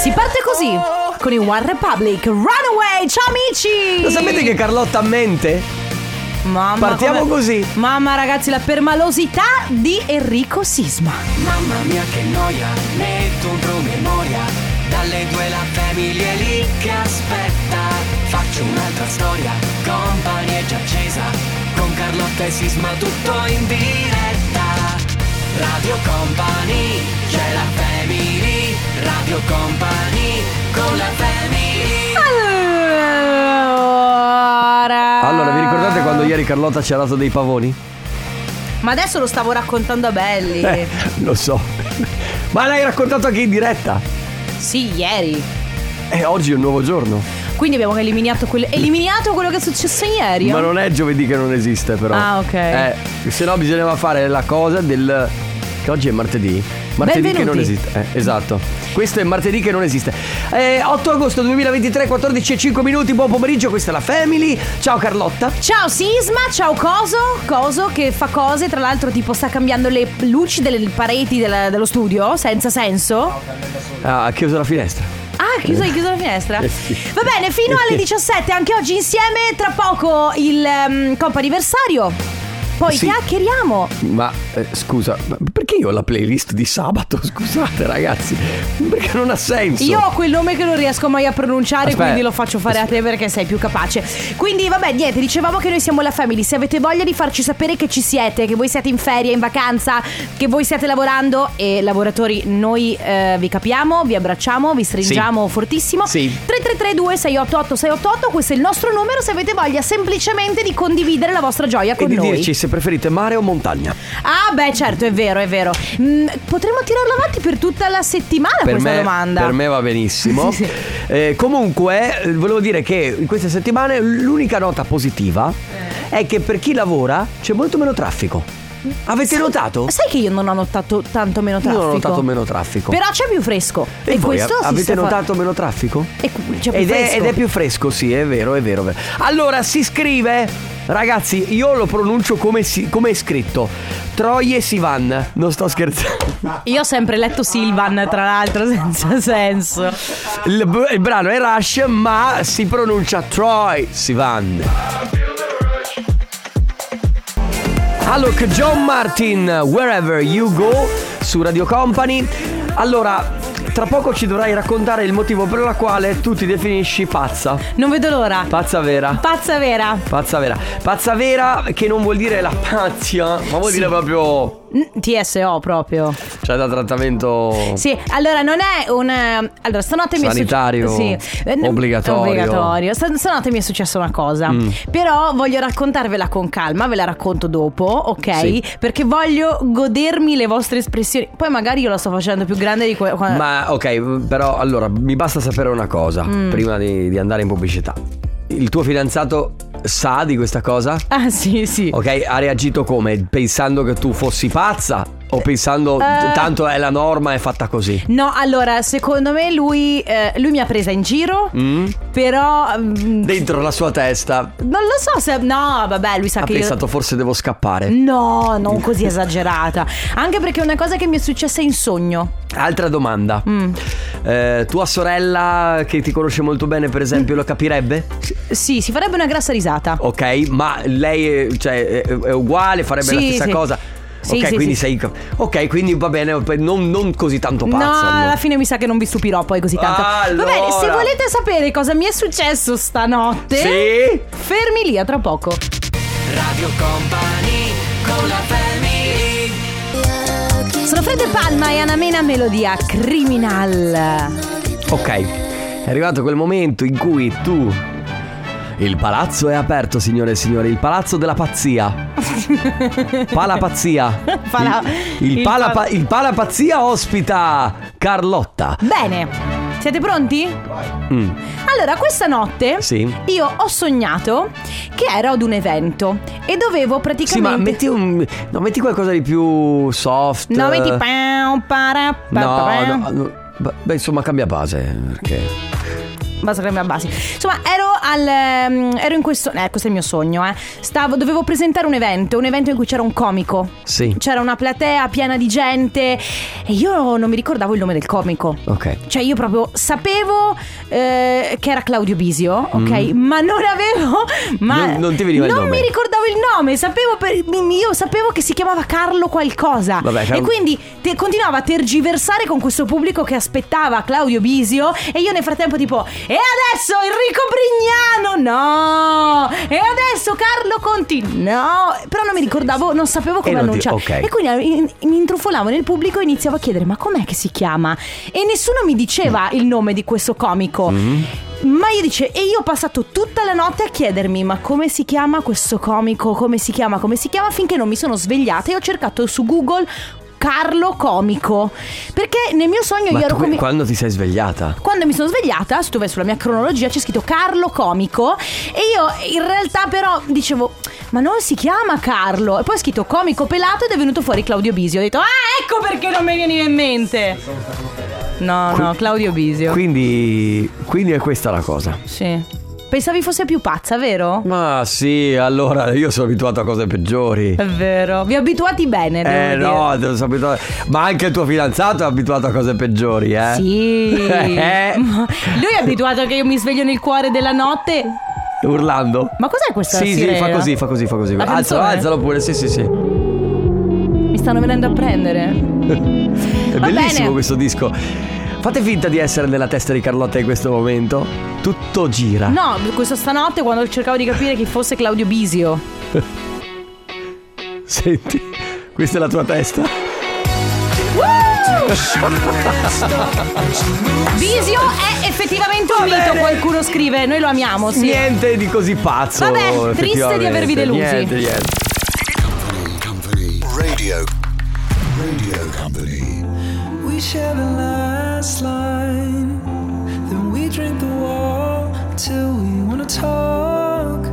Si parte così con i One Republic, Runaway. Ciao amici. Lo sapete che Carlotta mente? Mamma, partiamo così. Mamma ragazzi, la permalosità di Enrico Sisma. Mamma mia che noia, metto un promemoria. Dalle 2 la famiglia è lì che aspetta. Faccio un'altra storia, Company è già accesa. Con Carlotta e Sisma tutto in diretta. Radio Company, c'è la family. Radio Company, con la family. Allora, vi ricordate quando ieri Carlotta ci ha dato dei pavoni? Ma adesso lo stavo raccontando a belli. Lo so. Ma l'hai raccontato anche in diretta? Sì, ieri. Oggi è un nuovo giorno. Quindi abbiamo eliminato quello che è successo ieri. Ma non è giovedì che non esiste però. Ah, ok. Se no bisognava fare la cosa del... Che oggi è martedì. Martedì Benvenuti. che non esiste. Esatto. Questo è martedì che non esiste. 8 agosto 2023, 14:05. Buon pomeriggio, questa è la Family. Ciao Carlotta. Ciao Sisma, ciao Coso che fa cose, tra l'altro tipo sta cambiando le luci delle pareti dello studio senza senso. Ha chiuso la finestra. Ah, hai chiuso la finestra? Sì. Va bene, fino alle 17 anche oggi insieme. Tra poco il comp'anniversario. Poi Sì. chiacchieriamo. Ma scusa, ma perché io ho la playlist di sabato? Scusate ragazzi, perché non ha senso. Io ho quel nome che non riesco mai a pronunciare. Aspetta. Quindi lo faccio fare a te perché sei più capace. Quindi vabbè, niente, dicevamo che noi siamo la Family. Se avete voglia di farci sapere che ci siete, che voi siete in ferie, in vacanza, che voi stiate lavorando, e lavoratori noi vi capiamo, vi abbracciamo, vi stringiamo fortissimo. Sì. 3332 688 688. Questo è il nostro numero se avete voglia semplicemente di condividere la vostra gioia con E di noi. dirci se preferite mare o montagna. Ah beh, certo, è vero. Potremmo tirarlo avanti per tutta la settimana questa domanda. Per me va benissimo. Sì. Comunque volevo dire che in queste settimane l'unica nota positiva è che per chi lavora c'è molto meno traffico. Avete notato? Sai che io non ho notato tanto meno traffico? Io non ho notato meno traffico. Però c'è più fresco. E voi questo si avete sta notato meno traffico? c'è più fresco. Ed è più fresco, sì, è vero. Allora si scrive... Ragazzi, io lo pronuncio come è scritto. Troie Sivan. Non sto scherzando. Io ho sempre letto Silvan, tra l'altro, senza senso. Il brano è Rush, ma si pronuncia Troye Sivan. Alok, John Martin, Wherever You Go, su Radio Company. Allora, tra poco ci dovrai raccontare il motivo per la quale tu ti definisci pazza. Non vedo l'ora. Pazza vera. Pazza vera. Pazza vera, che non vuol dire la pazzia, ma vuol dire proprio... TSO proprio. Cioè da trattamento... Sì, allora non è un... Allora stanotte sanitario, mi è obbligatorio. Stanotte mi è successa una cosa. Però voglio raccontarvela con calma. Ve la racconto dopo, ok? Sì. Perché voglio godermi le vostre espressioni. Poi magari io la sto facendo più grande di quando... Ma ok, però allora mi basta sapere una cosa prima di andare in pubblicità. Il tuo fidanzato sa di questa cosa? Ah sì. Ok, ha reagito come? Pensando che tu fossi pazza? O pensando tanto è la norma, è fatta così? No, allora secondo me lui mi ha presa in giro. Però Dentro la sua testa non lo so se... No, vabbè, lui sa ha che pensato forse devo scappare. No, non così esagerata. Anche perché è una cosa che mi è successa in sogno. Altra domanda. Tua sorella, che ti conosce molto bene, per esempio, lo capirebbe? Sì, si farebbe una grassa risata. Ok, ma lei è uguale, farebbe la stessa cosa? Sì, ok, sì, quindi sì. sei... Ok, quindi va bene, non così tanto pazza. No, allora. alla fine mi sa che non vi stupirò poi così tanto. Allora. Va bene, se volete sapere cosa mi è successo stanotte, Sì? fermi lì, a tra poco. Radio Company, con la family. Sono Fred Palma e Anna Mena, melodia Criminal. Ok, è arrivato quel momento in cui tu... Il palazzo è aperto, signore e signori, il palazzo della pazzia. Palapazzia. Il Palapazzia ospita Carlotta. Bene, siete pronti? Allora, questa notte Sì. io ho sognato che ero ad un evento e dovevo praticamente... Sì, ma metti qualcosa di più soft. No, metti... No, beh, insomma, cambia base, perché... basta che mi abbassi. Insomma, ero in questo è il mio sogno, dovevo presentare un evento in cui c'era un comico. Sì. C'era una platea piena di gente e io non mi ricordavo il nome del comico. Ok. Cioè io proprio sapevo che era Claudio Bisio, ok? Ma non avevo non ti veniva il nome. Non mi ricordavo il nome, io sapevo che si chiamava Carlo qualcosa. Vabbè, e quindi continuava a tergiversare con questo pubblico che aspettava Claudio Bisio e io nel frattempo tipo e adesso Enrico Brignano, no, e adesso Carlo Conti, no, però non mi ricordavo, non sapevo come annunciare. Okay. E quindi mi intrufolavo nel pubblico e iniziavo a chiedere ma com'è che si chiama, e nessuno mi diceva il nome di questo comico. Ma io ho passato tutta la notte a chiedermi ma come si chiama questo comico, come si chiama, finché non mi sono svegliata e ho cercato su Google Carlo Comico, perché nel mio sogno io ero quando ti sei svegliata? Quando mi sono svegliata, se tu vai sulla mia cronologia c'è scritto Carlo Comico e io in realtà però dicevo ma non si chiama Carlo, e poi ho scritto comico pelato ed è venuto fuori Claudio Bisio. Ho detto ecco perché non mi veniva in mente. No, Claudio Bisio. Quindi è questa la cosa. Sì. Pensavi fosse più pazza, vero? Ma sì, allora io sono abituato a cose peggiori. È vero, vi abituati bene, devo dire. Sono abituato. Ma anche il tuo fidanzato è abituato a cose peggiori, Sì. Lui è abituato che io mi sveglio nel cuore della notte urlando. Ma cos'è questa sirena? Sì, fa così. Alzalo pure, sì. Mi stanno venendo a prendere. È bellissimo questo disco. Fate finta di essere nella testa di Carlotta in questo momento. Tutto gira. No, questa stanotte quando cercavo di capire chi fosse Claudio Bisio. Senti, questa è la tua testa. Bisio è effettivamente un mito, qualcuno scrive. Noi lo amiamo, sì. Niente di così pazzo. Vabbè, triste di avervi delusi. Niente. Radio Company. We share the last line, then we drink the wall till we wanna talk.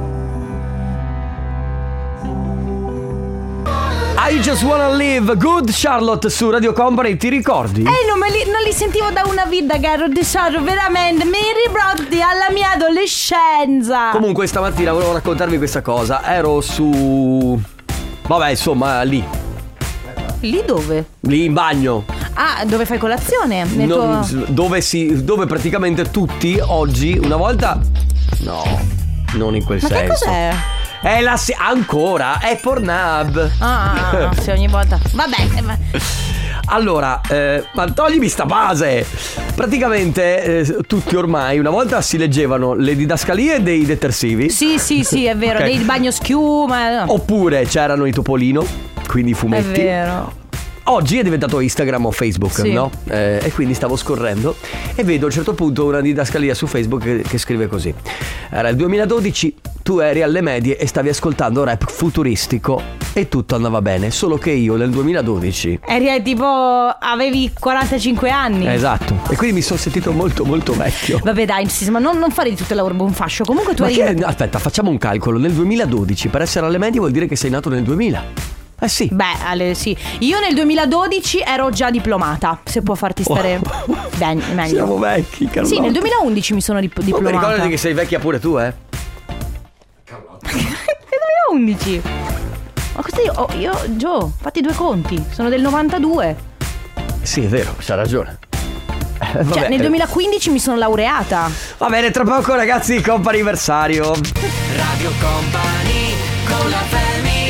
I Just Wanna Live Good, Charlotte su Radio Company, ti ricordi? Non li sentivo da una vita, caro tesoro, veramente mi riporti alla mia adolescenza. Comunque stamattina volevo raccontarvi questa cosa. Ero su... Vabbè, insomma, lì. Lì dove? Lì in bagno. Ah, dove fai colazione? Dove praticamente tutti oggi, una volta... No, non in quel senso. Ma che cos'è? È ancora, è Pornhub. Ah, sì, ogni volta. Vabbè. Allora, ma toglimi sta base. Praticamente tutti ormai una volta si leggevano le didascalie dei detersivi. Sì, è vero, Okay. dei bagno schiuma. Oppure c'erano i Topolino, quindi i fumetti. È vero. Oggi è diventato Instagram o Facebook, sì. no? E quindi stavo scorrendo e vedo a un certo punto una didascalia su Facebook che scrive così: era il 2012, tu eri alle medie e stavi ascoltando rap futuristico e tutto andava bene, solo che io nel 2012 eri tipo, avevi 45 anni. Esatto. E quindi mi sono sentito molto molto vecchio. Vabbè dai, ma non fare di tutto il lavoro bonfascio. Comunque tu Aspetta, facciamo un calcolo. Nel 2012 per essere alle medie vuol dire che sei nato nel 2000. Sì. Beh, sì. Io nel 2012 ero già diplomata, se può farti stare bene, meglio. Siamo vecchi, Carlotta. Sì, nel 2011 mi sono diplomata. Ma ricordati che sei vecchia pure tu, Nel 2011. Ma questo io fatti due conti. Sono del 92. Sì, è vero, c'ha ragione. Cioè, nel 2015 mi sono laureata. Va bene, tra poco ragazzi, comp'anniversario. Radio Company con la family.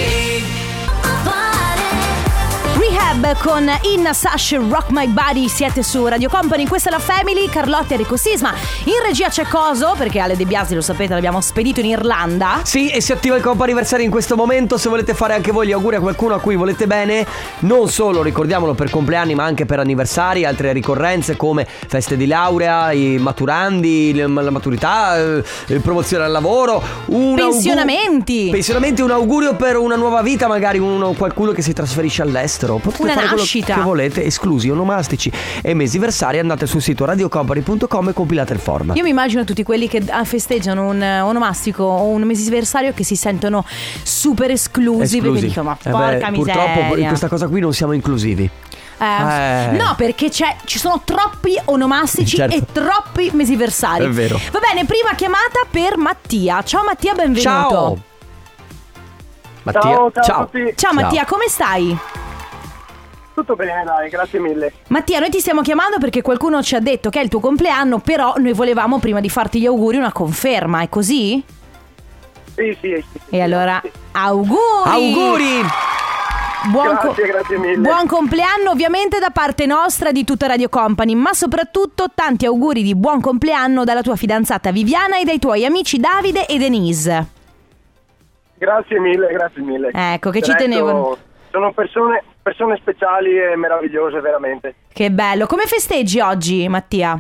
Rehab con Inna Sash, Rock My Body. Siete su Radio Company, questa è la Family. Carlotta e Enrico Sisma. In regia c'è Coso, perché Ale De Biasi, lo sapete, l'abbiamo spedito in Irlanda. Sì, e si attiva il comp'anniversario in questo momento. Se volete fare anche voi gli auguri a qualcuno a cui volete bene, non solo, ricordiamolo, per compleanni, ma anche per anniversari, altre ricorrenze come feste di laurea, i maturandi, la maturità, promozione al lavoro, pensionamenti, un augurio per una nuova vita, magari qualcuno che si trasferisce all'estero. Potete una fare nascita, quello che volete, esclusi onomastici e mesiversari. Andate sul sito radiocompany.com e compilate il form. Io mi immagino tutti quelli che festeggiano un onomastico o un mesiversario che si sentono super esclusi. Perché dicono ma porca miseria, purtroppo in questa cosa qui non siamo inclusivi. No, perché ci sono troppi onomastici Certo. e troppi mesiversari. È vero. Va bene, prima chiamata per Mattia. Ciao Mattia, benvenuto. Ciao Mattia. Ciao a tutti. Ciao Mattia, come stai? Tutto bene, dai, grazie mille. Mattia, noi ti stiamo chiamando perché qualcuno ci ha detto che è il tuo compleanno, però noi volevamo prima di farti gli auguri una conferma, è così? Sì. E allora, Sì. auguri! Grazie mille. Buon compleanno ovviamente da parte nostra, di tutta Radio Company, ma soprattutto tanti auguri di buon compleanno dalla tua fidanzata Viviana e dai tuoi amici Davide e Denise. Grazie mille. Ecco, che ci Del resto, tenevano. Sono persone speciali e meravigliose, veramente. Che bello. Come festeggi oggi, Mattia?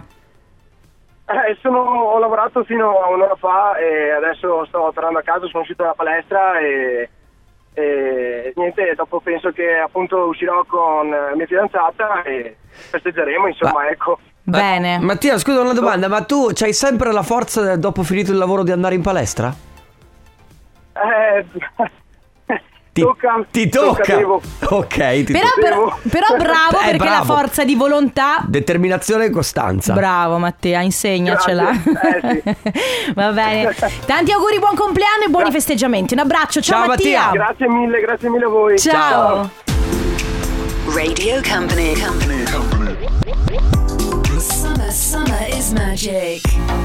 Ho lavorato fino a un'ora fa e adesso sto tornando a casa, sono uscito dalla palestra e niente, dopo penso che appunto uscirò con mia fidanzata e festeggeremo, insomma, ecco. Bene. Mattia, scusa una domanda, ma tu c'hai sempre la forza dopo finito il lavoro di andare in palestra? Ti tocca. Devo. Ok, Però bravo, perché la bravo. forza di volontà. Determinazione e costanza. Bravo Mattia, insegnacela. Grazie. Va bene. Tanti auguri, buon compleanno e buoni festeggiamenti. Un abbraccio, ciao Ciao, Mattia. Grazie mille a voi. Ciao. Radio Company. Summer is magic.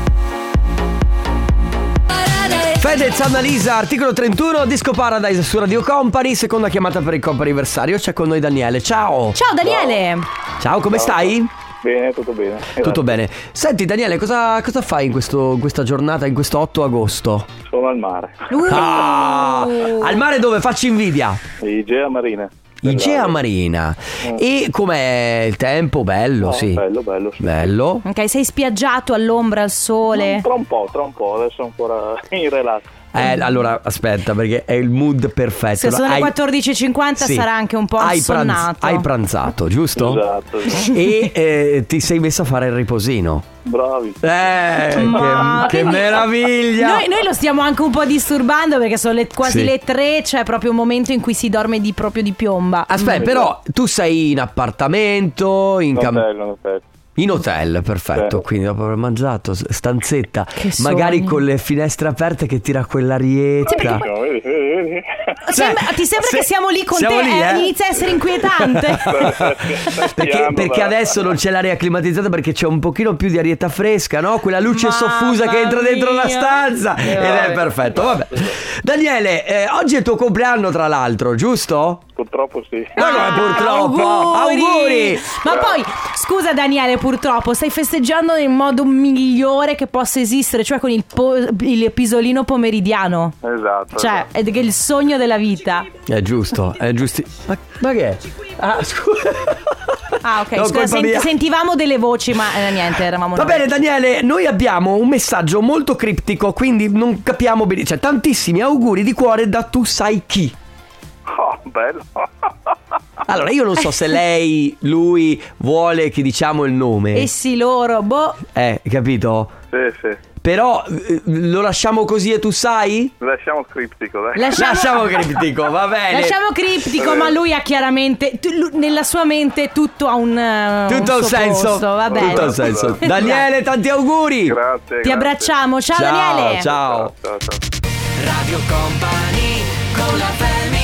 Fedez, Annalisa, articolo 31, Disco Paradise su Radio Company. Seconda chiamata per il comp'anniversario. C'è con noi Daniele. Ciao. Ciao Daniele. Ciao, come stai? Bene, tutto bene. Tutto bene. Senti Daniele, cosa fai in questa giornata, in questo 8 agosto? Sono al mare. Al mare dove facci invidia? Igea Marina. Igea Marina. E com'è il tempo? Bello, sì. Bello, sì. Bello. Ok, sei spiaggiato all'ombra, al sole. Tra un po', adesso ancora in relax. Allora aspetta, perché è il mood perfetto. Se sono le 14.50 Sì. sarà anche un po' assonnato. Hai pranzato, giusto? Esatto. E ti sei messo a fare il riposino. Bravi. Ma che quindi- meraviglia. Noi lo stiamo anche un po' disturbando perché sono quasi Sì. le 3, c'è proprio un momento in cui si dorme proprio di piomba. Aspetta, però tu sei in appartamento, in hotel, perfetto. Sì. Quindi dopo aver mangiato, stanzetta, Che magari sogni. con le finestre aperte che tira quell'arietta. Vedi. Ti sembra che siamo lì con siamo te? lì, Inizia a essere inquietante. Perché adesso non c'è l'aria climatizzata, perché c'è un pochino più di arietta fresca, no? Quella luce Mamma soffusa che entra dentro la mia. stanza. Ed è perfetto, vabbè. Daniele, oggi è il tuo compleanno tra l'altro, giusto? Purtroppo sì. Ma come purtroppo? Auguri! Ma poi, scusa Daniele, purtroppo stai festeggiando nel modo migliore che possa esistere, cioè con il pisolino pomeridiano. Esatto. Cioè, è il sogno della vita. È giusto, è giusti. Ma che è? Ah, scusa. Ah, ok, No, scusa, colpa mia. sentivamo delle voci, ma niente, eravamo Va noi. bene Daniele, noi abbiamo un messaggio molto criptico, quindi non capiamo bene. Cioè, tantissimi auguri di cuore da tu sai chi. Oh, bello. Allora, io non so se lei, lui vuole che diciamo il nome. Essi loro, boh. Capito? Sì. Però lo lasciamo così e tu sai? Lasciamo criptico, dai. Lasciamo criptico, va bene. Lasciamo criptico, ma lui ha chiaramente nella sua mente tutto ha un Tutto ha un suo senso. posto, va bene. Tutto ha un senso. Daniele, tanti auguri. Grazie. Ti abbracciamo, ciao Daniele. Ciao. Ciao. Radio Company con la family.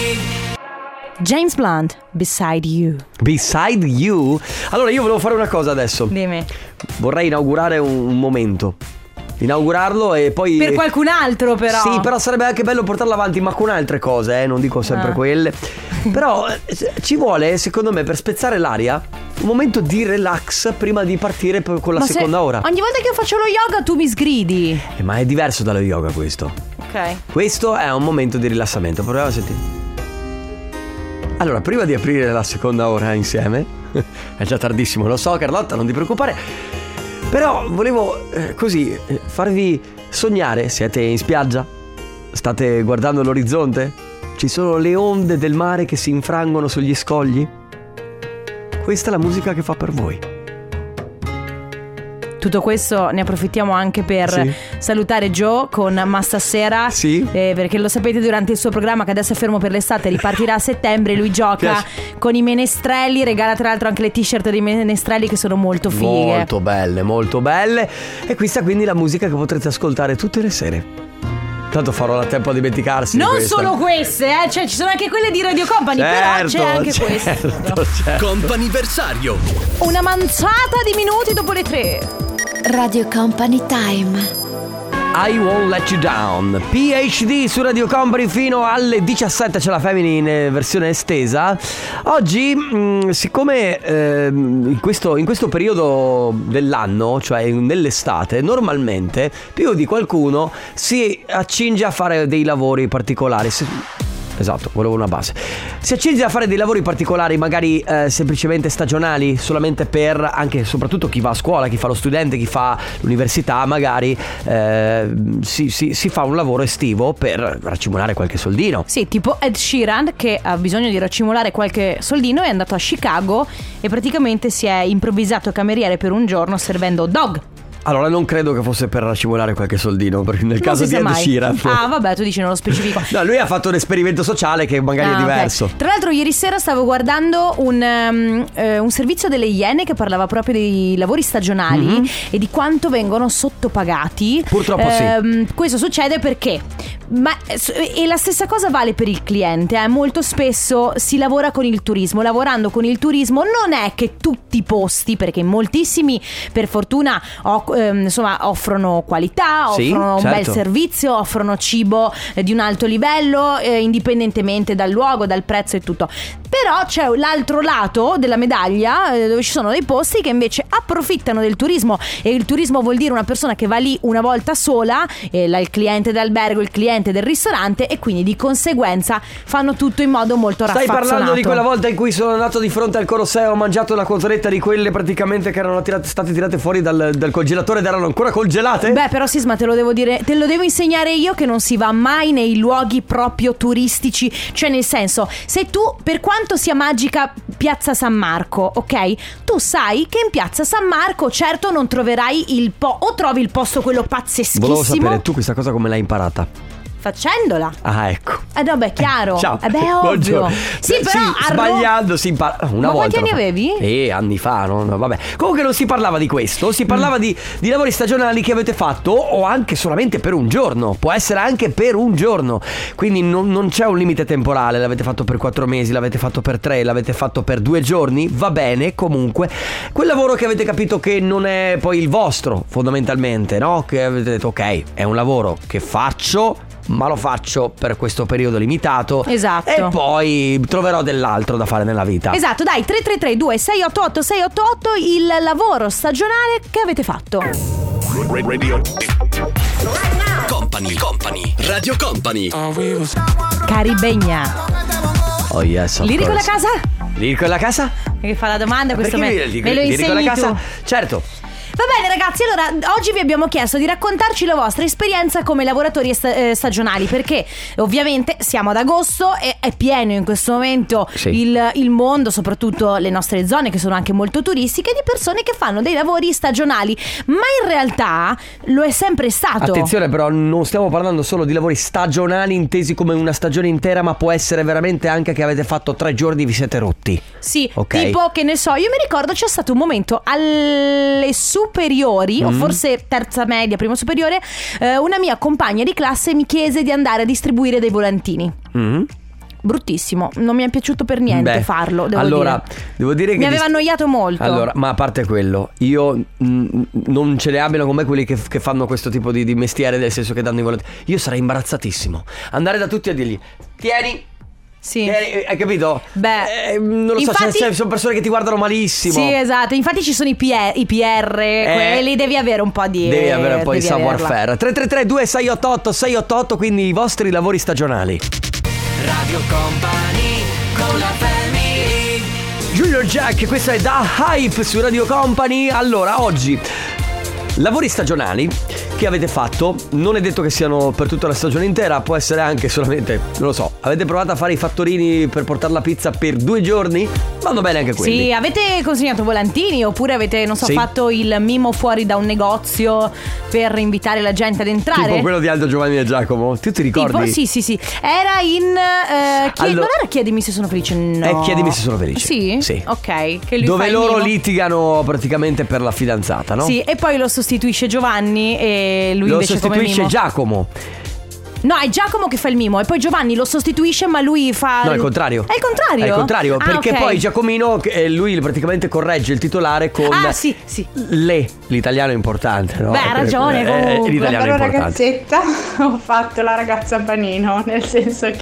James Blunt, Beside You. Beside You? Allora io volevo fare una cosa adesso. Dimmi. Vorrei inaugurare un momento. Inaugurarlo e poi... Per qualcun altro però. Sì, però sarebbe anche bello portarlo avanti, ma con altre cose, non dico sempre quelle. Però ci vuole, secondo me, per spezzare l'aria, un momento di relax prima di partire con la Ma seconda ora. Ogni volta che io faccio lo yoga tu mi sgridi. Ma è diverso dallo yoga questo. Ok. Questo è un momento di rilassamento. Proviamo a sentire. Allora, prima di aprire la seconda ora insieme, è già tardissimo, lo so Carlotta, non ti preoccupare, però volevo così farvi sognare. Siete in spiaggia? State guardando l'orizzonte? Ci sono le onde del mare che si infrangono sugli scogli? Questa è la musica che fa per voi. tutto questo ne approfittiamo anche per salutare Joe con Ma stasera, perché lo sapete, durante il suo programma, che adesso è fermo per l'estate, ripartirà a settembre, lui gioca con i menestrelli, regala tra l'altro anche le t-shirt dei menestrelli che sono molto fighe, molto belle. E questa quindi la musica che potrete ascoltare tutte le sere. Tanto farò da tempo a dimenticarsi. Non di solo queste, cioè ci sono anche quelle di Radio Company, però c'è anche questo. Comp'anniversario. Una manciata di minuti dopo le 3. Radio Company Time. I Won't Let You Down, PhD su Radio Company fino alle 17. C'è la Family in versione estesa. Oggi, siccome in questo periodo dell'anno, cioè nell'estate, normalmente più di qualcuno si accinge a fare dei lavori particolari. Esatto, volevo una base. Si accinge a fare dei lavori particolari, magari semplicemente stagionali, solamente per, anche soprattutto chi va a scuola, chi fa lo studente, chi fa l'università, magari si fa un lavoro estivo per racimolare qualche soldino. Sì, tipo Ed Sheeran, che ha bisogno di racimolare qualche soldino, è andato a Chicago e praticamente si è improvvisato cameriere per un giorno servendo dog. Allora non credo che fosse per racimolare qualche soldino, perché nel caso di Ed Sheeran. Ah vabbè, tu dici nello specifico. No, lui ha fatto un esperimento sociale che magari è diverso. Okay. Tra l'altro ieri sera stavo guardando un servizio delle Iene che parlava proprio dei lavori stagionali e di quanto vengono sottopagati. Purtroppo sì. Questo succede perché e la stessa cosa vale per il cliente. Molto spesso si lavora con il turismo. Lavorando con il turismo non è che tutti i posti, perché in moltissimi per fortuna offrono qualità, offrono un bel servizio, offrono cibo di un alto livello, indipendentemente dal luogo, dal prezzo e tutto. Però c'è l'altro lato della medaglia, dove ci sono dei posti che invece approfittano del turismo. E il turismo vuol dire una persona che va lì una volta sola, il cliente d'albergo, il cliente del ristorante, e quindi di conseguenza fanno tutto in modo molto raffazzonato. Stai parlando di quella volta in cui sono andato di fronte al Colosseo, ho mangiato una cotoletta di quelle praticamente che erano state tirate fuori dal congelatore ed erano ancora congelate? Beh, però Sisma, te lo devo dire, te lo devo insegnare io che non si va mai nei luoghi proprio turistici. Cioè, nel senso, se tu, per quanto sia magica Piazza San Marco, ok? Tu sai che in Piazza San Marco certo non troverai o trovi il posto quello pazzeschissimo. Volevo sapere tu questa cosa come l'hai imparata. Facendola. Ah, ecco. No, beh, chiaro. Ciao. Ovvio. Sì, però sbagliando si impara. Una volta. Ma quanti anni avevi? Anni fa, no, vabbè. Comunque non si parlava di questo, si parlava di lavori stagionali che avete fatto, o anche solamente per un giorno. Può essere anche per un giorno. Quindi non c'è un limite temporale. L'avete fatto per 4 mesi, l'avete fatto per 3, l'avete fatto per 2 giorni. Va bene, comunque. Quel lavoro che avete capito che non è poi il vostro, fondamentalmente, no? Che avete detto, ok, è un lavoro che faccio, ma lo faccio per questo periodo limitato. Esatto. E poi troverò dell'altro da fare nella vita. Esatto, dai, 333-2688-688 il lavoro stagionale che avete fatto. Company, Radio Company. Caribegna. Oh yes, Lirico la casa? Lirico la casa? Che fa la domanda, questo me lo Lirico la casa? tu. Certo. Va bene ragazzi, allora oggi vi abbiamo chiesto di raccontarci la vostra esperienza come lavoratori stagionali, perché ovviamente siamo ad agosto e è pieno in questo momento il mondo, soprattutto le nostre zone che sono anche molto turistiche, di persone che fanno dei lavori stagionali, ma in realtà lo è sempre stato. Attenzione però, non stiamo parlando solo di lavori stagionali intesi come una stagione intera, ma può essere veramente anche che avete fatto 3 giorni e vi siete rotti. Sì, tipo che ne so, io mi ricordo c'è stato un momento alle superiori, o forse terza media, primo superiore, una mia compagna di classe mi chiese di andare a distribuire dei volantini. Bruttissimo, non mi è piaciuto per niente farlo, devo dire che mi aveva annoiato molto. Allora, ma a parte quello, io non ce ne abbiano con me quelli che fanno questo tipo di mestiere, nel senso che danno i volantini. Io sarei imbarazzatissimo andare da tutti a dirgli: tieni. Sì. Hai capito? Beh, non lo infatti, so, sono persone che ti guardano malissimo. Sì, esatto. Infatti ci sono i PR, quelli devi avere un po' di savoir-faire. 333-2688-688, quindi i vostri lavori stagionali. Radio Company con la Family. Junior Jack, questa è Da Hype su Radio Company. Allora, oggi lavori stagionali che avete fatto, non è detto che siano per tutta la stagione intera, può essere anche solamente, non lo so, avete provato a fare i fattorini per portare la pizza per 2 giorni? vanno bene anche quelli. Sì, avete consegnato volantini oppure avete, non so, Sì. fatto il mimo fuori da un negozio per invitare la gente ad entrare? Tipo quello di Aldo, Giovanni e Giacomo. Tu ti ricordi? Tipo, sì. Era in Allora- non era Chiedimi se sono felice, no. Chiedimi se sono felice. Sì? Sì. Ok, che lui Dove fa il loro mimo. litigano praticamente per la fidanzata, no? Sì, e poi lo sostituisce Giovanni e lui Lo invece come sostituisce mimo. Giacomo. No, è Giacomo che fa il mimo e poi Giovanni lo sostituisce, ma lui fa... No, è il contrario. È il contrario? È il contrario, Ah, perché ok. poi Giacomino, lui praticamente corregge il titolare con Ah, sì. l'italiano è importante, no? Beh, ha ragione, comunque. L'italiano è Ero importante. ragazzetta, ho fatto la ragazza panino, nel senso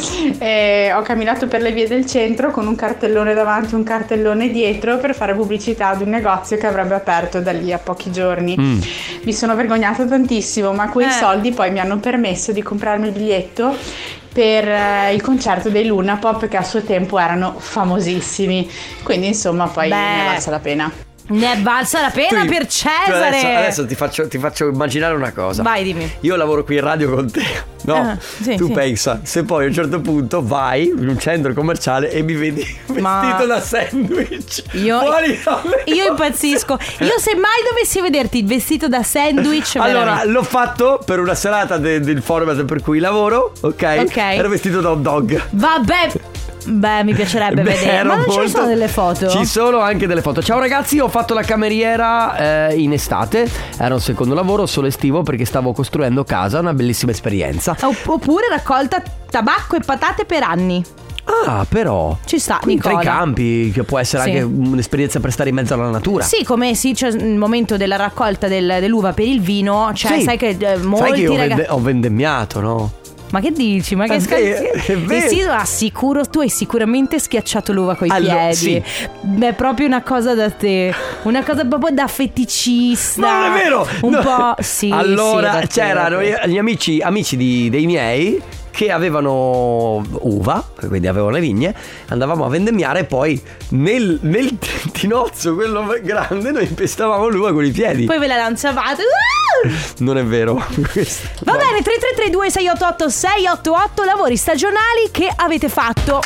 che ho camminato per le vie del centro con un cartellone davanti e un cartellone dietro per fare pubblicità ad un negozio che avrebbe aperto da lì a pochi giorni. Mi sono vergognata tantissimo, ma quei soldi poi mi hanno permesso di comprarmi il biglietto per il concerto dei Luna Pop, che a suo tempo erano famosissimi, quindi insomma poi ne è valsa la pena. Ne è valsa la pena Tu- per tu Cesare. adesso ti faccio immaginare una cosa. Vai, dimmi. Io lavoro qui in radio con te, no? Sì, Tu sì. pensa, se poi a un certo punto vai in un centro commerciale e mi vedi vestito da sandwich fuori dalle Io impazzisco. Io se mai dovessi vederti vestito da sandwich, Allora, veramente. l'ho fatto per una serata del format per cui lavoro, ok? Ero vestito da hot dog. Vabbè. Beh, mi piacerebbe vedere. Ero Ma non ci molto- sono delle foto? Ci sono anche delle foto. Ciao ragazzi, ho fatto la cameriera in estate. Era un secondo lavoro solo estivo perché stavo costruendo casa, una bellissima esperienza. Oppure raccolta tabacco e patate per anni. Ah, però Ci sta, quindi tra i Nicola. campi, che può essere Sì. anche un'esperienza per stare in mezzo alla natura. Sì, come sì, c'è il momento della raccolta dell'uva per il vino. Cioè, Sì. sai che molti Sai che io ragazzi. ho vendemmiato, no? Ma che dici? Ma che È vero. sì, ma sicuro tu hai sicuramente schiacciato l'uva coi Allora, piedi. sì. Beh, è proprio una cosa da te. Una cosa proprio da feticista. Ma non è vero! Un No. po'. Sì. Allora sì, da te, c'erano da te. gli amici dei miei che avevano uva, quindi avevano le vigne, andavamo a vendemmiare e poi nel tinozzo, quello grande, noi impestavamo l'uva con i piedi. Poi ve la lanciavate. Non è vero. Questo. Va bene, 3332 688 688 lavori stagionali che avete fatto.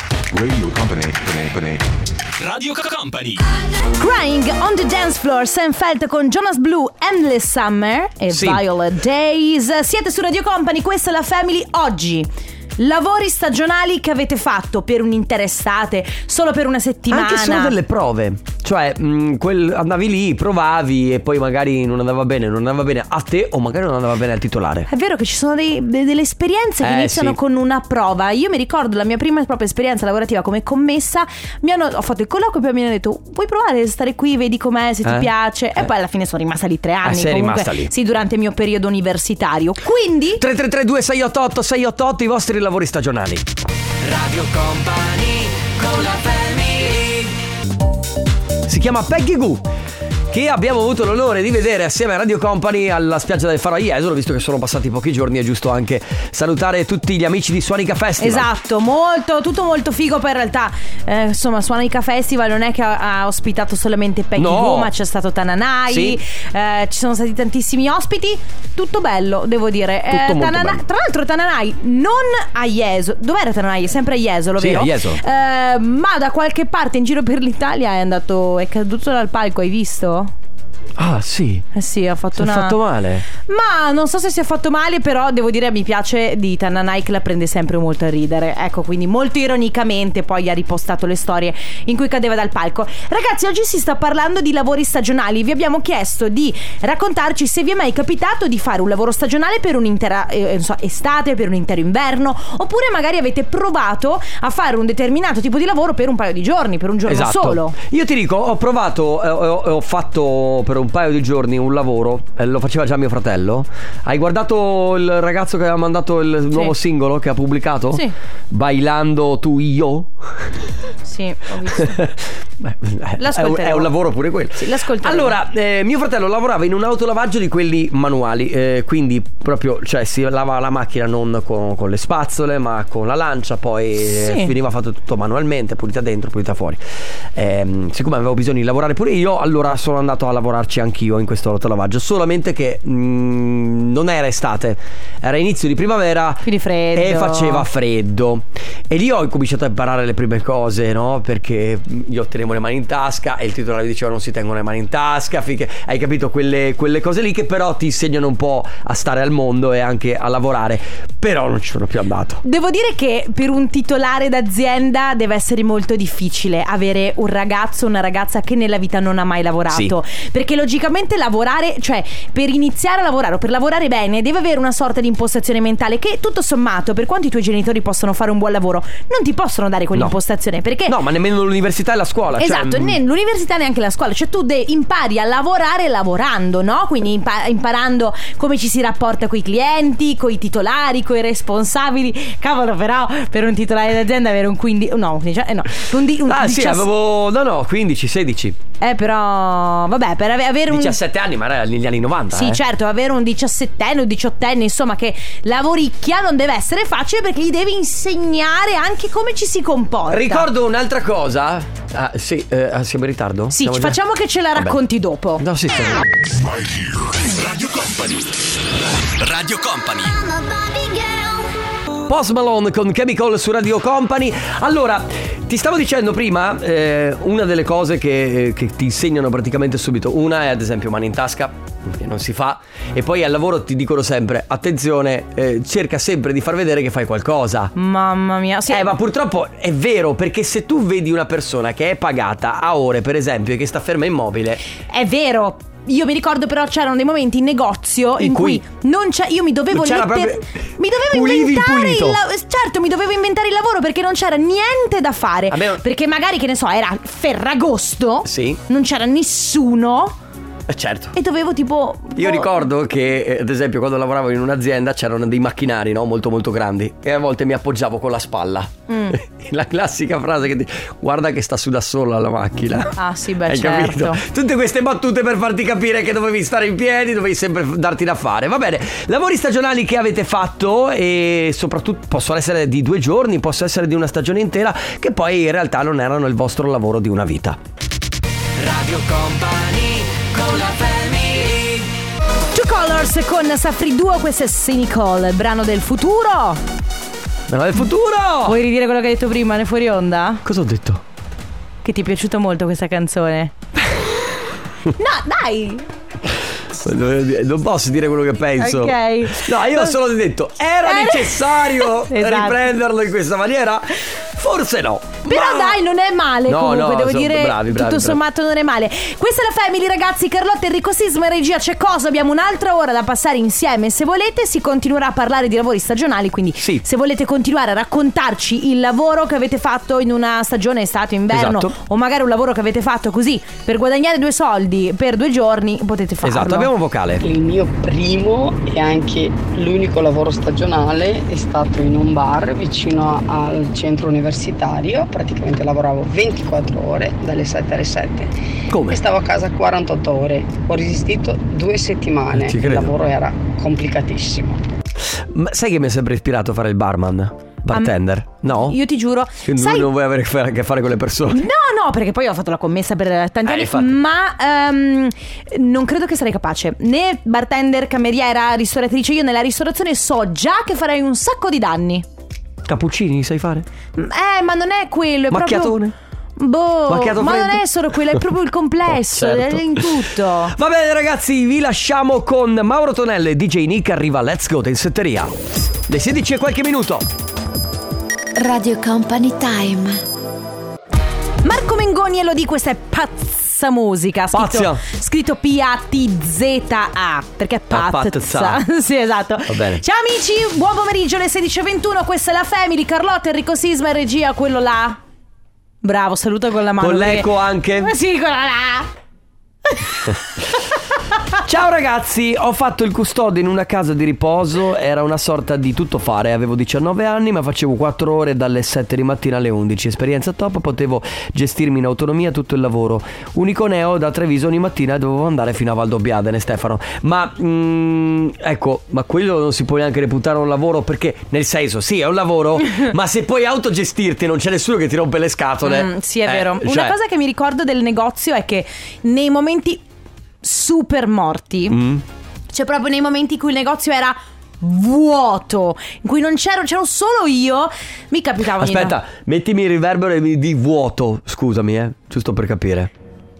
Radio Company. Crying on the Dance Floor, Sam Felt con Jonas Blue, Endless Summer e Sì. Violet Days. Siete su Radio Company, questa è la Family. Oggi lavori stagionali che avete fatto per un'intera estate, solo per una settimana. Anche solo delle prove. Cioè andavi lì, provavi e poi magari non andava bene a te o magari non andava bene al titolare. È vero che ci sono delle esperienze che iniziano sì. con una prova. Io mi ricordo la mia prima propria esperienza lavorativa come commessa. Ho fatto il colloquio e poi mi hanno detto: vuoi provare a stare qui, vedi com'è, se ti piace. E poi alla fine sono rimasta lì 3 anni. sei comunque, rimasta lì. Sì, durante il mio periodo universitario. Quindi 3332 688 688 i vostri lavori stagionali. Radio Company con la family. Si chiama Peggy Goo, che abbiamo avuto l'onore di vedere assieme a Radio Company alla spiaggia del Faro a Jesolo. Visto che sono passati pochi giorni, è giusto anche salutare tutti gli amici di Suonica Festival. esatto, tutto molto figo. Poi in realtà insomma, Suonica Festival non è che ha ospitato solamente Peggy No. Goo, ma c'è stato Tananai, Sì. ci sono stati tantissimi ospiti. Tutto bello, devo dire. Tutto molto bello. Tra l'altro Tananai non a Jesolo. Dov'era Tananai? È sempre a Jesolo, Sì, vero? a Jesolo. Ma da qualche parte in giro per l'Italia è caduto dal palco, hai visto? Ah sì, Eh sì, ha fatto si è fatto male. Ma non so se si è fatto male, però devo dire mi piace di Tananai che la prende sempre molto a ridere. Ecco, quindi molto ironicamente poi ha ripostato le storie in cui cadeva dal palco. Ragazzi, oggi si sta parlando di lavori stagionali. Vi abbiamo chiesto di raccontarci se vi è mai capitato di fare un lavoro stagionale per un'intera estate, per un intero inverno, oppure magari avete provato a fare un determinato tipo di lavoro per un paio di giorni, per un giorno Esatto. solo. Io ti dico, ho provato, ho fatto per un paio di giorni un lavoro, lo faceva già mio fratello. Hai guardato il ragazzo che aveva mandato il nuovo singolo che ha pubblicato? Sì. Bailando tu io? Sì, ho visto. Beh, L'ascolteremo. è un lavoro pure quello. Sì, l'ascolteremo. Allora, mio fratello lavorava in un autolavaggio di quelli manuali, quindi proprio, cioè si lava la macchina non con le spazzole ma con la lancia, poi veniva fatto tutto manualmente, pulita dentro, pulita fuori. Siccome avevo bisogno di lavorare pure io, allora sono andato a lavorarci lavorarci anch'io in questo rotolavaggio, solamente che non era estate, era inizio di primavera, quindi freddo, e faceva freddo, e lì ho cominciato a imparare le prime cose, no? Perché io tenevo le mani in tasca e il titolare diceva non si tengono le mani in tasca, finché hai capito quelle cose lì che però ti insegnano un po' a stare al mondo e anche a lavorare. Però non ci sono più andato. Devo dire che per un titolare d'azienda deve essere molto difficile avere un ragazzo o una ragazza che nella vita non ha mai lavorato, sì. Perché logicamente lavorare, cioè per iniziare a lavorare o per lavorare bene deve avere una sorta di impostazione mentale che tutto sommato, per quanto i tuoi genitori possono fare un buon lavoro, non ti possono dare quell'impostazione, perché no, ma nemmeno l'università e la scuola. Esatto, cioè, né l'università neanche la scuola. Cioè tu impari a lavorare lavorando, no? Quindi imparando come ci si rapporta coi clienti, coi titolari, coi responsabili. Cavolo, però per un titolare d'azienda avere un 15 no, sì, avevo 15, 16. Però vabbè, per avere 17 anni, ma era negli anni 90. Sì, certo, avere un 17enne o 18enne, insomma, che lavoricchia non deve essere facile, perché gli devi insegnare anche come ci si comporta. Ricordo un'altra cosa. Sì, siamo in ritardo? Sì, facciamo che ce la racconti dopo. No, sì. Radio Company. Radio Company. Post Malone con Chemical su Radio Company. Allora, ti stavo dicendo prima, una delle cose che ti insegnano praticamente subito, una è ad esempio mani in tasca, che non si fa, e poi al lavoro ti dicono sempre attenzione, cerca sempre di far vedere che fai qualcosa. Mamma mia, sì. Ma purtroppo è vero, perché se tu vedi una persona che è pagata a ore, per esempio, e che sta ferma immobile, è vero. Io mi ricordo però c'erano dei momenti in negozio in cui non c'è, io mi dovevo inventare certo, mi dovevo inventare il lavoro, perché non c'era niente da fare. Perché magari, che ne so, era Ferragosto, sì, non c'era nessuno. Certo. E dovevo Io ricordo che ad esempio quando lavoravo in un'azienda c'erano dei macchinari, no? Molto molto grandi, e a volte mi appoggiavo con la spalla. La classica frase che guarda che sta su da sola la macchina. Ah sì, beh, hai certo. Capito? Tutte queste battute per farti capire che dovevi stare in piedi, dovevi sempre darti da fare. Va bene, lavori stagionali che avete fatto, e soprattutto possono essere di 2 giorni, possono essere di una stagione intera, che poi in realtà non erano il vostro lavoro di una vita. Radio Company con la family. Two Colors con Safri Duo, questo è Cynical, il brano del futuro. Brano del futuro! Vuoi ridire quello che hai detto prima nel fuori onda? Cosa ho detto? Che ti è piaciuta molto questa canzone. No, dai! Non posso dire quello che penso. Ok. No, io ho solo detto era necessario riprenderlo in questa maniera? Forse no. Però dai, non è male. Comunque devo dire, bravi, tutto sommato non è male. Questa è la Family, ragazzi. Carlotta, Enrico Sisma e regia. C'è cosa? Abbiamo un'altra ora da passare insieme. Se volete si continuerà a parlare di lavori stagionali, quindi sì, se volete continuare a raccontarci il lavoro che avete fatto in una stagione estate, inverno, esatto, o magari un lavoro che avete fatto così per guadagnare 2 soldi per 2 giorni, potete farlo. Esatto, abbiamo un vocale. Il mio primo e anche l'unico lavoro stagionale è stato in un bar vicino al centro universitario. Praticamente lavoravo 24 ore dalle 7 alle 7. Come? E stavo a casa 48 ore. Ho resistito 2 settimane. Il lavoro era complicatissimo. Ma sai che mi è sempre ispirato a fare il bartender? No? Io ti giuro. Sai, non vuoi avere a che fare con le persone? No, perché poi ho fatto la commessa per tanti anni. Infatti. Ma non credo che sarei capace. Né bartender, cameriera, ristoratrice. Io nella ristorazione so già che farei un sacco di danni. Cappuccini sai fare? Ma non è quello, è macchiatone? Proprio ma non è solo quello, è proprio il complesso, certo, è in tutto. Va bene ragazzi, vi lasciamo con Mauro Tonello e DJ Nick. Arriva Let's Go Densetteria. Le 16 e qualche minuto. Radio Company Time. Marco Mengoni e lo di, questa è pazza musica. Scritto P-A-T-Z-A, perché è pazza. Sì, esatto. Va bene. Ciao amici, buon pomeriggio alle 16:21. Questa è la Family, Carlotta, Enrico Sisma e regia, quello là. Bravo, saluta con la mano. Con l'eco anche? Sì, quello là. Ciao ragazzi, ho fatto il custode in una casa di riposo. Era una sorta di tuttofare. Avevo 19 anni ma facevo 4 ore dalle 7 di mattina alle 11. Esperienza top, potevo gestirmi in autonomia tutto il lavoro. Unico neo, da Treviso ogni mattina dovevo andare fino a Valdobbiadene, Stefano. Ma ecco, ma quello non si può neanche reputare un lavoro, perché nel senso sì è un lavoro ma se puoi autogestirti non c'è nessuno che ti rompe le scatole. Sì, è vero. Una cosa che mi ricordo del negozio è che nei momenti super morti. Cioè proprio nei momenti in cui il negozio era vuoto, in cui non c'ero solo io, mi capitava. Aspetta, mettimi il riverbero di vuoto, scusami, giusto per capire.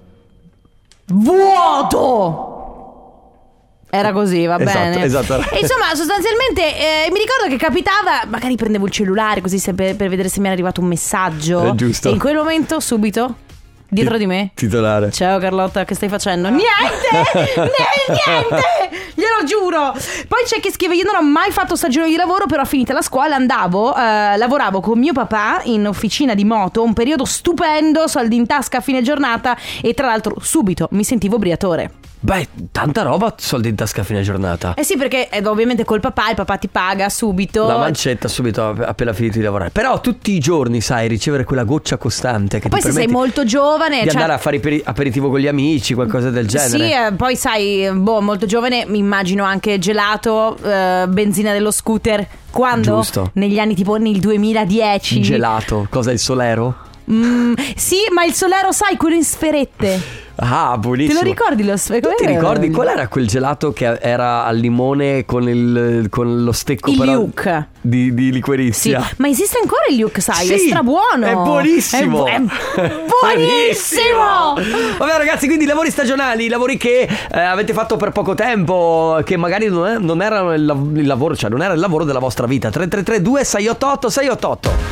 Vuoto! Era così, va bene. Esatto. E insomma, sostanzialmente mi ricordo che capitava, magari prendevo il cellulare così per vedere se mi era arrivato un messaggio. Giusto. E in quel momento, subito, dietro di me, titolare: ciao Carlotta, che stai facendo? Niente! Niente! Glielo giuro. Poi c'è chi scrive: io non ho mai fatto stagione di lavoro, però finita la scuola andavo, lavoravo con mio papà in officina di moto, un periodo stupendo, soldi in tasca a fine giornata, e tra l'altro subito mi sentivo briatore. Beh, tanta roba, soldi in tasca a fine giornata. Eh sì, perché ovviamente col papà, il papà ti paga subito. La mancetta subito appena finito di lavorare. Però tutti i giorni, sai, ricevere quella goccia costante che poi ti se sei molto giovane di andare a fare aperitivo con gli amici, qualcosa del genere. Sì, poi sai, molto giovane, mi immagino anche gelato, benzina dello scooter. Quando? Giusto. Negli anni tipo nel 2010. Gelato, cosa, il Solero? Sì, ma il Solero, sai, quello in sferette. Ah, buonissimo. Te lo ricordi lo Tu ti ricordi qual era quel gelato che era al limone con lo stecco? Il però Luke di liquirizia? Sì, ma esiste ancora il Luke, sai? Sì, è strabuono. È buonissimo. È buonissimo. Vabbè ragazzi, quindi lavori stagionali, lavori che avete fatto per poco tempo, che magari non erano il lavoro, cioè non era il lavoro della vostra vita. 3332 688 688.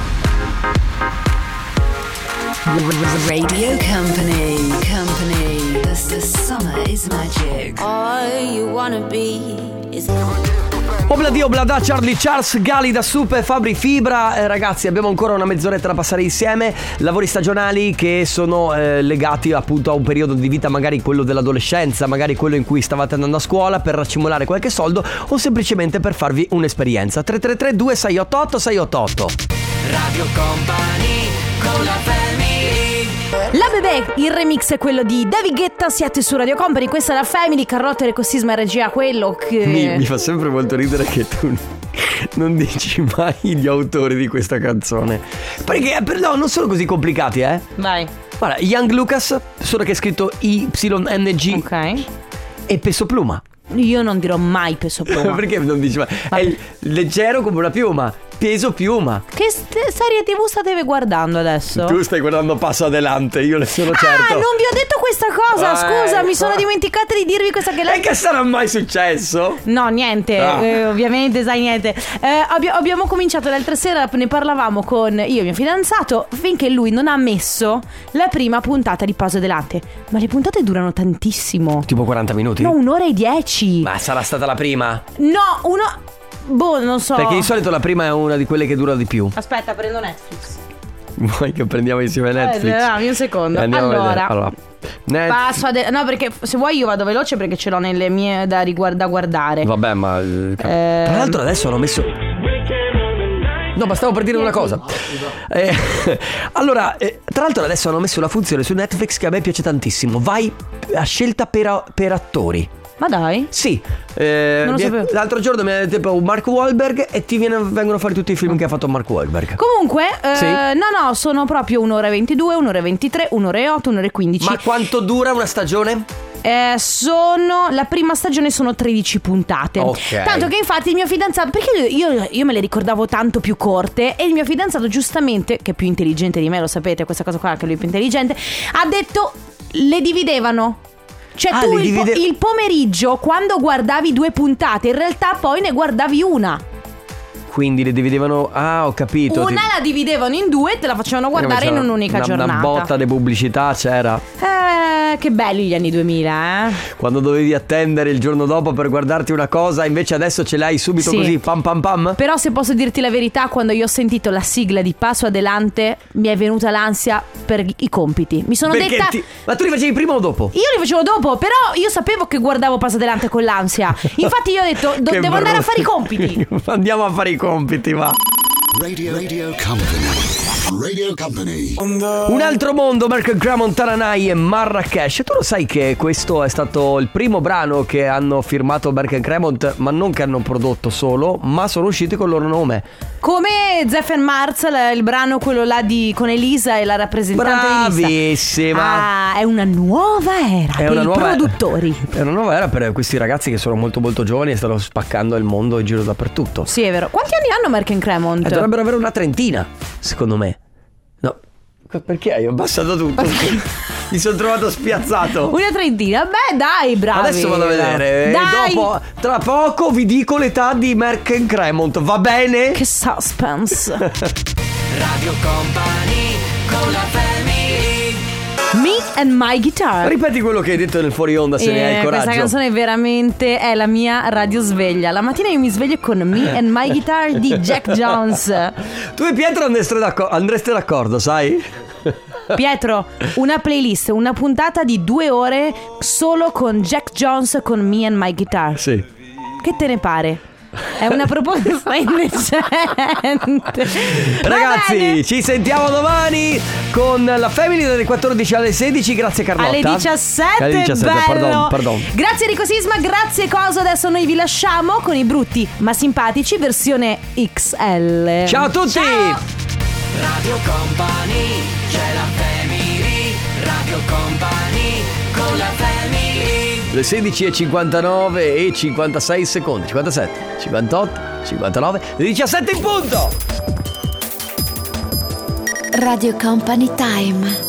Radio Company. The summer is magic. All you wanna be is. Obladi Oblada, Charlie Charles, Gali da Supe, Fabri Fibra. Ragazzi, abbiamo ancora una mezz'oretta da passare insieme. Lavori stagionali che sono legati appunto a un periodo di vita, magari quello dell'adolescenza, magari quello in cui stavate andando a scuola per raccimolare qualche soldo o semplicemente per farvi un'esperienza. 333 2688 688. Radio Company con la family. La Bebè, il remix è quello di David Guetta. Siete su Radio Company, questa è la Family. Carlotta Recosisma regia, quello che mi fa sempre molto ridere che tu non dici mai gli autori di questa canzone, perché no, non sono così complicati, Vai. Guarda, Young Lucas, solo che è scritto YNG. Ok. E Peso Pluma. Io non dirò mai Peso Pluma. Perché non dici mai? È leggero come una piuma. Peso Piuma. Che serie TV state guardando adesso? Tu stai guardando Passo Adelante, io ne sono certo. Ah, non vi ho detto questa cosa, scusa, mi sono dimenticata di dirvi questa che lei... E che sarà mai successo? No, niente, ovviamente sai niente. Abbiamo cominciato l'altra sera, ne parlavamo con io e mio fidanzato, finché lui non ha messo la prima puntata di Passo Adelante. Ma le puntate durano tantissimo. Tipo 40 minuti? No, 1 ora e 10. Ma sarà stata la prima? No, non so. Perché di solito la prima è una di quelle che dura di più. Aspetta, prendo Netflix. Vuoi che prendiamo insieme Netflix? Dammi un secondo. Allora passo no, perché se vuoi io vado veloce perché ce l'ho nelle mie da guardare. Vabbè, ma tra l'altro adesso hanno messo... No, ma stavo per dire una cosa. Allora, tra l'altro adesso hanno messo una funzione su Netflix che a me piace tantissimo. Vai a scelta per attori. Ma dai? Sì, non lo sapevo. l'altro giorno mi ha detto Mark Wahlberg e ti vengono fuori tutti i film che ha fatto Mark Wahlberg. Comunque, sì? no, sono proprio 1 ora e 22, 1 ora e 23, 1 ora e 8, 1 ora e 15. Ma quanto dura una stagione? La prima stagione sono 13 puntate. Ok. Tanto che infatti il mio fidanzato, perché io me le ricordavo tanto più corte, e il mio fidanzato giustamente, che è più intelligente di me, lo sapete, questa cosa qua, che lui è più intelligente, ha detto le dividevano. Cioè tu il pomeriggio, quando guardavi 2 puntate, in realtà poi ne guardavi una. Quindi le dividevano... Ah, ho capito. Una la dividevano in 2 e te la facevano guardare in un'unica giornata. Una botta di pubblicità c'era. Che belli gli anni 2000, Quando dovevi attendere il giorno dopo per guardarti una cosa, invece adesso ce l'hai subito, sì. Così, pam pam pam. Però se posso dirti la verità, quando io ho sentito la sigla di Passo Adelante mi è venuta l'ansia per i compiti. Mi sono detta... Ma tu li facevi prima o dopo? Io li facevo dopo, però io sapevo che guardavo Passo Adelante con l'ansia. Infatti io ho detto devo andare a fare i compiti. Andiamo a fare i compiti, va. Radio Company. Un altro mondo, Mark Gramont, Taranai e Marrakesh. Tu lo sai che questo è stato il primo brano che hanno firmato Mark Gramont, ma non che hanno prodotto solo, ma sono usciti con il loro nome. Come Zeff and Marz, il brano quello là con Elisa e la rappresentante di Elisa. Bravissima. È una nuova era dei produttori. È una nuova era per questi ragazzi che sono molto molto giovani e stanno spaccando il mondo in giro dappertutto. Sì, è vero. Quanti anni hanno Mark and Cremont? Dovrebbero avere una trentina, secondo me. No, perché hai abbassato tutto? Mi sono trovato spiazzato. Una trentina, beh dai, bravi. Adesso vado a vedere. Dai. Dopo, tra poco vi dico l'età di Mark and Cremont, va bene? Che suspense. Radio Company con la family. Me and my guitar. Ripeti quello che hai detto nel fuori onda, se ne hai il coraggio. Questa canzone veramente è la mia radio sveglia. La mattina io mi sveglio con Me and my guitar di Jack Jones. Tu e Pietro andreste d'accordo, sai? Pietro, una playlist, una puntata di 2 ore solo con Jack Jones con Me and my guitar. Sì. Che te ne pare? È una proposta indecente. Ragazzi, ci sentiamo domani con la Family dalle 14 alle 16. Grazie Carlotta. Alle 17, bello. Pardon. Grazie Enrico Sisma, grazie Coso. Adesso noi vi lasciamo con i brutti ma simpatici versione XL. Ciao a tutti. Ciao. Radio Company, c'è la family. Radio Company con la family. Le 16:59 e 56 secondi. 57, 58, 59, le 17 in punto. Radio Company Time.